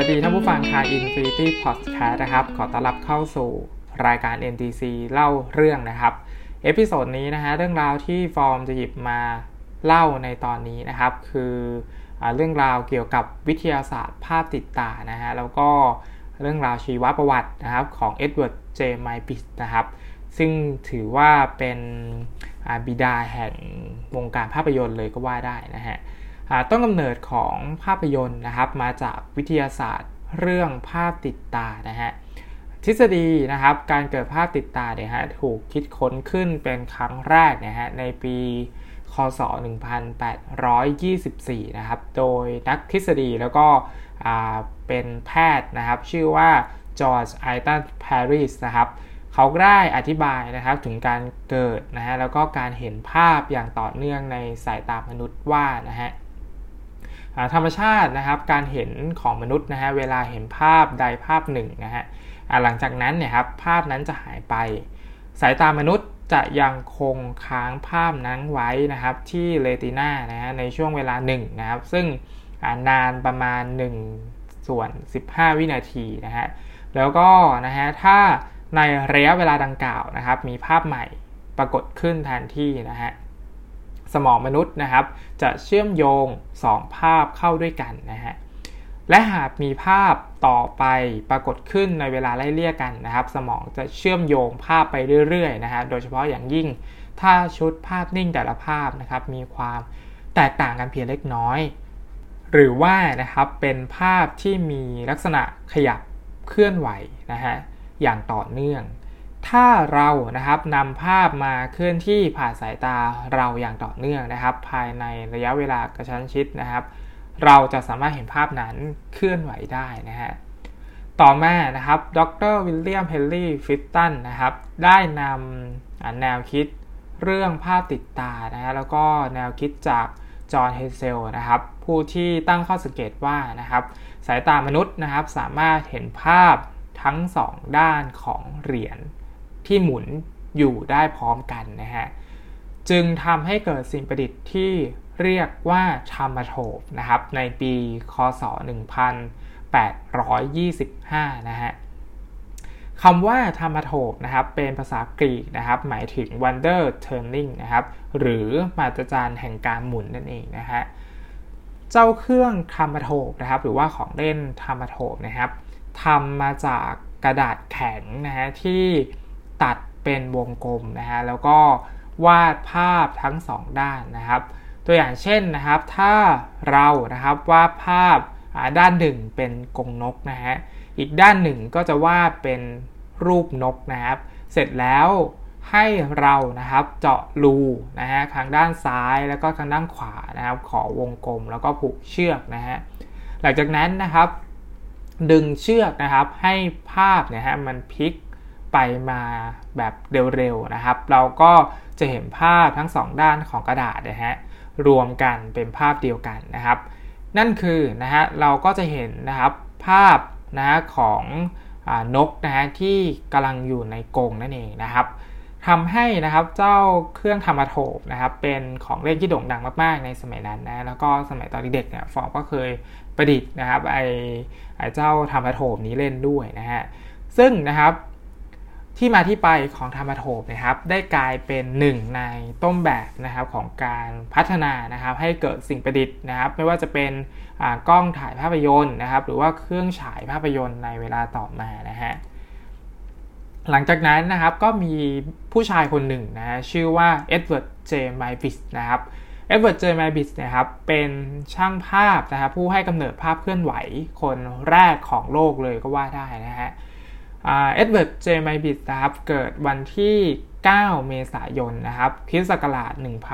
ดีท่านผู้ฟังค่ะ Infinity Podcast นะครับขอต้อนรับเข้าสู่รายการ NTC เล่าเรื่องนะครับเอพิโซดนี้นะฮะเรื่องราวที่ฟอร์มจะหยิบมาเล่าในตอนนี้นะครับคือเรื่องราวเกี่ยวกับวิทยาศาสตร์ภาพติดตานะฮะแล้วก็เรื่องราวชีวประวัตินะครับของเอ็ดเวิร์ดเจไมบิสนะครับซึ่งถือว่าเป็นบิดาแห่งวงการภาพยนตร์เลยก็ว่าได้นะฮะต้นกำเนิดของภาพยนตร์นะครับมาจากวิทยาศาสตร์เรื่องภาพติดตานะฮะทฤษฎีนะครับการเกิดภาพติดตาเนี่ยฮะถูกคิดค้นขึ้นเป็นครั้งแรกนะฮะในปีคศ1824นะครับโดยนักทฤษฎีแล้วก็เป็นแพทย์นะครับชื่อว่าจอร์จไอตันแพรริสนะครับเขาได้อธิบายนะครับถึงการเกิดนะฮะแล้วก็การเห็นภาพอย่างต่อเนื่องในสายตามนุษย์ว่านะฮะธรรมชาตินะครับการเห็นของมนุษย์นะฮะเวลาเห็นภาพใดภาพหนึ่งนะฮะหลังจากนั้นเนี่ยครับภาพนั้นจะหายไปสายตามนุษย์จะยังคงค้างภาพนั้นไว้นะครับที่เรตินานะฮะในช่วงเวลา1นะครับซึ่งนานประมาณ1/15 วินาทีนะฮะแล้วก็นะฮะถ้าในระยะเวลาดังกล่าวนะครับมีภาพใหม่ปรากฏขึ้นแทนที่นะฮะสมองมนุษย์นะครับจะเชื่อมโยง2ภาพเข้าด้วยกันนะฮะและหากมีภาพต่อไปปรากฏขึ้นในเวลาไล่เลี่ยกันนะครับสมองจะเชื่อมโยงภาพไปเรื่อยๆนะฮะโดยเฉพาะอย่างยิ่งถ้าชุดภาพนิ่งแต่ละภาพนะครับมีความแตกต่างกันเพียงเล็กน้อยหรือว่านะครับเป็นภาพที่มีลักษณะขยับเคลื่อนไหวนะฮะอย่างต่อเนื่องถ้าเรานะครับนำภาพมาเคลื่อนที่ผ่านสายตาเราอย่างต่อเนื่องนะครับภายในระยะเวลากระชั้นชิดนะครับเราจะสามารถเห็นภาพนั้นเคลื่อนไหวได้นะฮะต่อมานะครับดร.วิลเลียม เฮนรี่ ฟิตตันนะครับได้นำแนวคิดเรื่องภาพติดตานะฮะแล้วก็แนวคิดจากจอห์น เฮเซลนะครับผู้ที่ตั้งข้อสังเกตว่านะครับสายตามนุษย์นะครับสามารถเห็นภาพทั้ง2ด้านของเหรียญที่หมุนอยู่ได้พร้อมกันนะฮะจึงทำให้เกิดสิ่งประดิษฐ์ที่เรียกว่าธรรมโทปนะครับในปีคศ1825นะฮะคำว่าธรรมโทปนะครับเป็นภาษากรีกนะครับหมายถึง wonder turning นะครับหรือมหัศจรรย์แห่งการหมุนนั่นเองนะฮะเจ้าเครื่องธรรมโทปนะครับหรือว่าของเล่นธรรมโทปนะครับทำมาจากกระดาษแข็งนะฮะที่ตัดเป็นวงกลมนะฮะแล้วก็วาดภาพทั้ง2ด้านนะครับตัวอย่างเช่นนะครับถ้าเรานะครับวาดภาพด้านหนึ่งเป็นกรงนกนะฮะอีกด้านหนึ่งก็จะวาดเป็นรูปนกนะครับเสร็จแล้วให้เรานะครับเจาะรูนะฮะทางด้านซ้ายแล้วก็ทางด้านขวานะครับขอวงกลมแล้วก็ผูกเชือกนะฮะหลังจากนั้นนะครับดึงเชือกนะครับให้ภาพเนี่ยฮะมันพลิกไปมาแบบเร็วๆนะครับเราก็จะเห็นภาพทั้ง2ด้านของกระดาษนะฮะรวมกันเป็นภาพเดียวกันนะครับนั่นคือนะฮะเราก็จะเห็นนะครับภาพนะฮะของนกนะฮะที่กำลังอยู่ในกรงนั่นเองนะครับทำให้นะครับเจ้าเครื่องธรรมโทปนะครับเป็นของเล่นที่โด่งดังมากๆในสมัยนั้นนะแล้วก็สมัยตอนเด็กเนี่ยฟอร์มก็เคยประดิษฐ์นะครับไอ้เจ้าธรรมโทปนี้เล่นด้วยนะฮะซึ่งนะครับที่มาที่ไปของธรรมโทปนะครับได้กลายเป็นหนึ่งในต้นแบบนะครับของการพัฒนานะครับให้เกิดสิ่งประดิษฐ์นะครับไม่ว่าจะเป็นกล้องถ่ายภาพยนตร์นะครับหรือว่าเครื่องฉายภาพยนตร์ในเวลาต่อมานะฮะหลังจากนั้นนะครับก็มีผู้ชายคนหนึ่งนะชื่อว่าเอ็ดเวิร์ด เจ ไมบิสนะครับเอ็ดเวิร์ด เจ ไมบิสนะครับเป็นช่างภาพนะครับผู้ให้กำเนิดภาพเคลื่อนไหวคนแรกของโลกเลยก็ว่าได้นะฮะเอ็ดเวิร์ด เจ ไมบิสนะครับเกิดวันที่9 เมษายนนะครับคริสต์ศักราช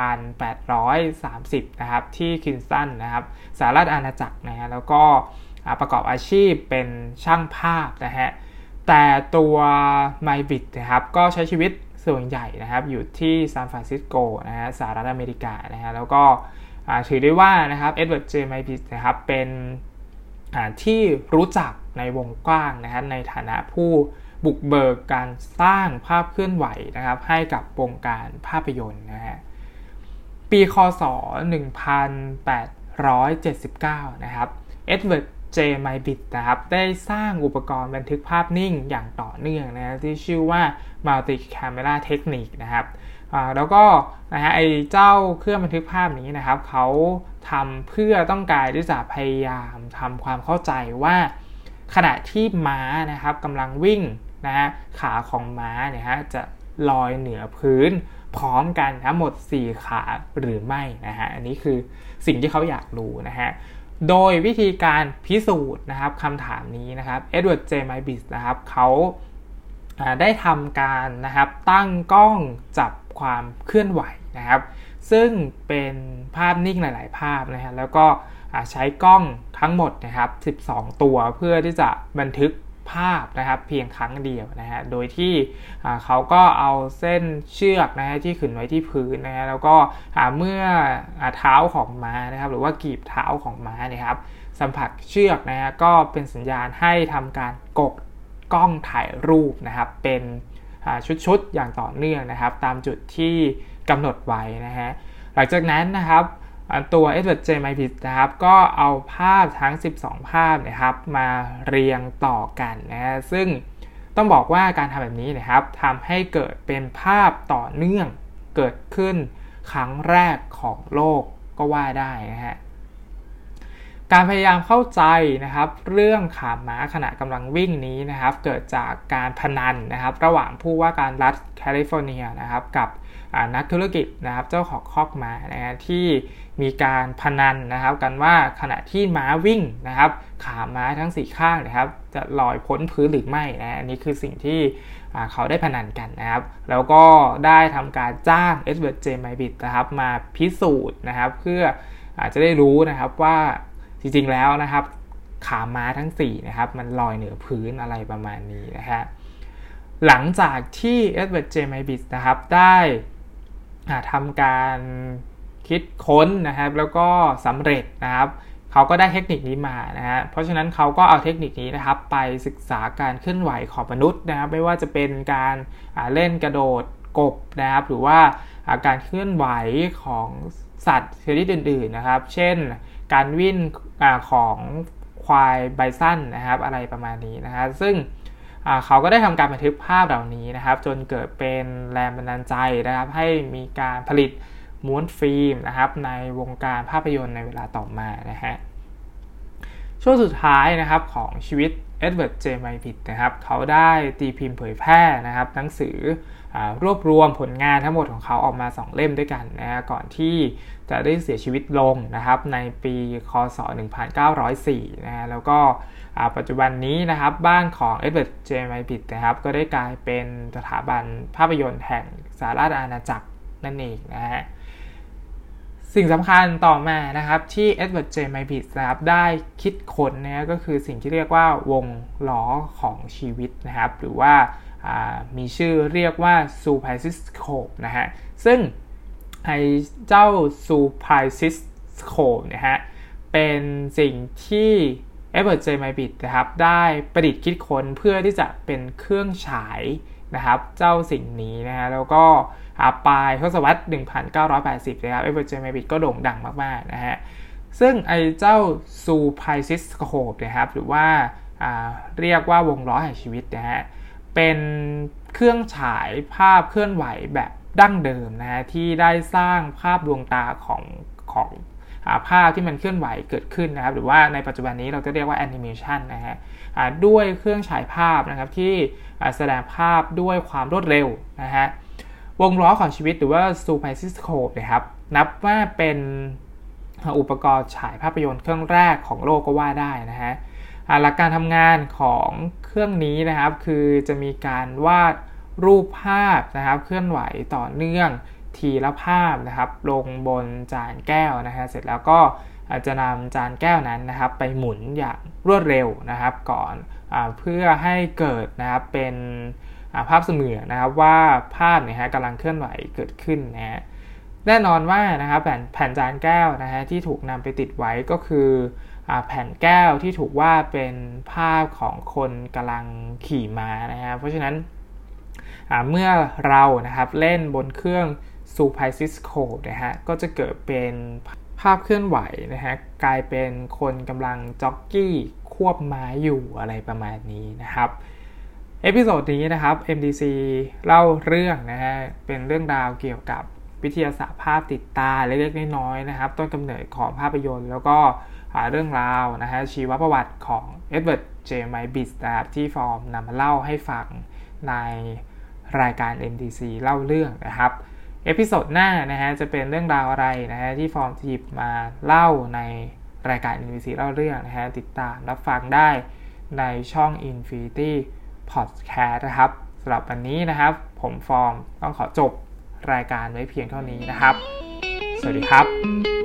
1830นะครับที่คินสตันนะครับสหรัฐอาณาจักรนะฮะแล้วก็ประกอบอาชีพเป็นช่างภาพนะฮะแต่ตัวไมบิสนะครับก็ใช้ชีวิตส่วนใหญ่นะครับอยู่ที่ซานฟรานซิสโกนะฮะสหรัฐอเมริกานะฮะแล้วก็ถือได้ว่านะครับเอ็ดเวิร์ด เจ ไมบิสนะครับเป็นที่รู้จักในวงกว้างนะครับในฐานะผู้บุกเบิกการสร้างภาพเคลื่อนไหวนะครับให้กับวงการภาพยนตร์นะฮะปีคศ1879นะครับเอ็ดเวิร์ด J-Mybit นะครับได้สร้างอุปกรณ์บันทึกภาพนิ่งอย่างต่อเนื่องนะที่ชื่อว่า Multi Camera Technique นะครับแล้วก็นะฮะไอ้เจ้าเครื่องบันทึกภาพนี้นะครับเขาทำเพื่อต้องการที่จะพยายามทำความเข้าใจว่าขณะที่ม้านะครับกำลังวิ่งนะฮะขาของม้าเนี่ยฮะจะลอยเหนือพื้นพร้อมกันทั้งหมด4ขาหรือไม่นะฮะอันนี้คือสิ่งที่เขาอยากรู้นะฮะโดยวิธีการพิสูจน์นะครับคำถามนี้นะครับเอ็ดเวิร์ด เจ ไมบิสนะครับเขาได้ทำการนะครับตั้งกล้องจับความเคลื่อนไหวนะครับซึ่งเป็นภาพนิ่งหลายๆภาพนะฮะแล้วก็ใช้กล้องทั้งหมดนะครับ12ตัวเพื่อที่จะบันทึกภาพนะครับเพียงครั้งเดียวนะฮะโดยที่เขาก็เอาเส้นเชือกนะฮะที่ขึงไว้ที่พื้นนะฮะแล้วก็เมื่อเท้าของม้านะครับหรือว่ากีบเท้าของม้าเนี่ยครับสัมผัสเชือกนะฮะก็เป็นสัญญาณให้ทำการกดกล้องถ่ายรูปนะครับเป็นชุดๆอย่างต่อเนื่องนะครับตามจุดที่กำหนดไว้นะฮะหลังจากนั้นนะครับตัว Edward J. Mybit นะครับก็เอาภาพทั้ง12ภาพนะครับมาเรียงต่อกันนะฮะซึ่งต้องบอกว่าการทำแบบนี้นะครับทำให้เกิดเป็นภาพต่อเนื่องเกิดขึ้นครั้งแรกของโลกก็ว่าได้นะฮะการพยายามเข้าใจนะครับเรื่องขาม้าขณะกำลังวิ่งนี้นะครับเกิดจากการพนันนะครับระหว่างผู้ว่าการรัฐแคลิฟอร์เนียนะครับกับนักธุรกิจนะครับเจ้าของคอกม้านะฮะที่มีการพนันนะครับกันว่าขณะที่ม้าวิ่งนะครับขาม้าทั้ง4ข้างนะครับจะลอยพ้นพื้นหรือไม่นะอันนี้คือสิ่งที่เขาได้พนันกันนะครับแล้วก็ได้ทำการจ้าง Edward J. Mybit นะครับมาพิสูจน์นะครับเพื่อจะได้รู้นะครับว่าจริงๆแล้วนะครับขาม้าทั้ง4นะครับมันลอยเหนือพื้นอะไรประมาณนี้นะฮะหลังจากที่ Edward J. Mybit นะครับได้ทำการคิดค้นนะครับแล้วก็สำเร็จนะครับเขาก็ได้เทคนิคนี้มานะฮะเพราะฉะนั้นเขาก็เอาเทคนิคนี้นะครับไปศึกษาการเคลื่อนไหวของมนุษย์นะครับไม่ว่าจะเป็นการเล่นกระโดดกบนะครับหรือว่าการเคลื่อนไหวของสัตว์ชนิดอื่นๆนะครับเช่นการวิ่งของควายไบซันนะครับอะไรประมาณนี้นะฮะซึ่งเขาก็ได้ทำการบันทึกภาพเหล่านี้นะครับจนเกิดเป็นแรงบันดาลใจนะครับให้มีการผลิตม้วนฟิล์มนะครับในวงการภาพยนตร์ในเวลาต่อมานะฮะช่วงสุดท้ายนะครับของชีวิต Edward J. Mybit นะครับเขาได้ตีพิมพ์เผยแพร่นะครับหนังสือรวบรวมผลงานทั้งหมดของเขาออกมา2เล่มด้วยกันนะฮะก่อนที่จะได้เสียชีวิตลงนะครับในปีค.ศ. 1904นะฮะแล้วก็ปัจจุบันนี้นะครับบ้านของ Edward J. Mybit นะครับก็ได้กลายเป็นสถาบันภาพยนตร์แห่งสหราชอาณาจักรนั่นเองนะฮะสิ่งสำคัญต่อมานะครับที่ Edward J. Mybit นะครับได้คิดค้นนะก็คือสิ่งที่เรียกว่าวงล้อของชีวิตนะครับหรือว่ามีชื่อเรียกว่า Supersiscope นะฮะซึ่งไอ้เจ้า Supersiscope นะฮะเป็นสิ่งที่ Edward J. Mybit นะครับได้ประดิษฐ์คิดค้นเพื่อที่จะเป็นเครื่องฉายนะครับเจ้าสิ่งนี้นะฮะแล้วก็ปลายทศวรรษ 1980 นะครับ Edward J. Mybit ก็โด่งดังมากๆนะฮะซึ่งไอ้เจ้า Supersiscope นะครับหรือว่าเรียกว่าวงล้อแห่งชีวิตนะฮะเป็นเครื่องฉายภาพเคลื่อนไหวแบบดั้งเดิมนะฮะที่ได้สร้างภาพดวงตาของภาพที่มันเคลื่อนไหวเกิดขึ้นนะครับหรือว่าในปัจจุบันนี้เราจะเรียกว่าแอนิเมชันนะฮะด้วยเครื่องฉายภาพนะครับที่แสดงภาพด้วยความรวดเร็วนะฮะวงล้อของชีวิตหรือว่า Supersiscope นะครับนับว่าเป็นอุปกรณ์ฉายภาพยนตร์เครื่องแรกของโลกก็ว่าได้นะฮะหลักการทำงานของเครื่องนี้นะครับคือจะมีการวาดรูปภาพนะครับเคลื่อนไหวต่อเนื่องทีละภาพนะครับลงบนจานแก้วนะฮะเสร็จแล้วก็จะนำจานแก้วนั้นนะครับไปหมุนอย่างรวดเร็วนะครับก่อนเพื่อให้เกิดนะครับเป็นภาพเสมือนนะครับว่าภาพเนี่ยฮะกำลังเคลื่อนไหวเกิดขึ้นนะฮะแน่นอนว่านะครับแผ่นจานแก้วนะฮะที่ถูกนำไปติดไว้ก็คือแผ่นแก้วที่ถูกวาดเป็นภาพของคนกำลังขี่ม้านะฮะเพราะฉะนั้นเมื่อเรานะครับเล่นบนเครื่อง Supersiscope นะฮะก็จะเกิดเป็นภาพเคลื่อนไหวนะฮะกลายเป็นคนกำลังจ็อกกี้ควบม้าอยู่อะไรประมาณนี้นะครับเอพิโซดนี้นะครับ MDC เล่าเรื่องนะฮะเป็นเรื่องราวเกี่ยวกับวิทยาศาสตร์ภาพติดตาเล็กๆน้อยๆนะครับต้นกำเนิดของภาพยนตร์แล้วก็เรื่องราวนะฮะชีวประวัติของเอ็ดเวิร์ด เจ ไมบิสนะครับที่ฟอร์มนำมาเล่าให้ฟังในรายการ MDC เล่าเรื่องนะครับเอพิโซดหน้านะฮะจะเป็นเรื่องราวอะไรนะฮะที่ฟอร์มหยิบมาเล่าในรายการ MDC เล่าเรื่องนะฮะติดตามรับฟังได้ในช่อง Infinity Podcast นะครับสำหรับวันนี้นะครับผมฟอร์มต้องขอจบรายการไว้เพียงเท่านี้นะครับสวัสดีครับ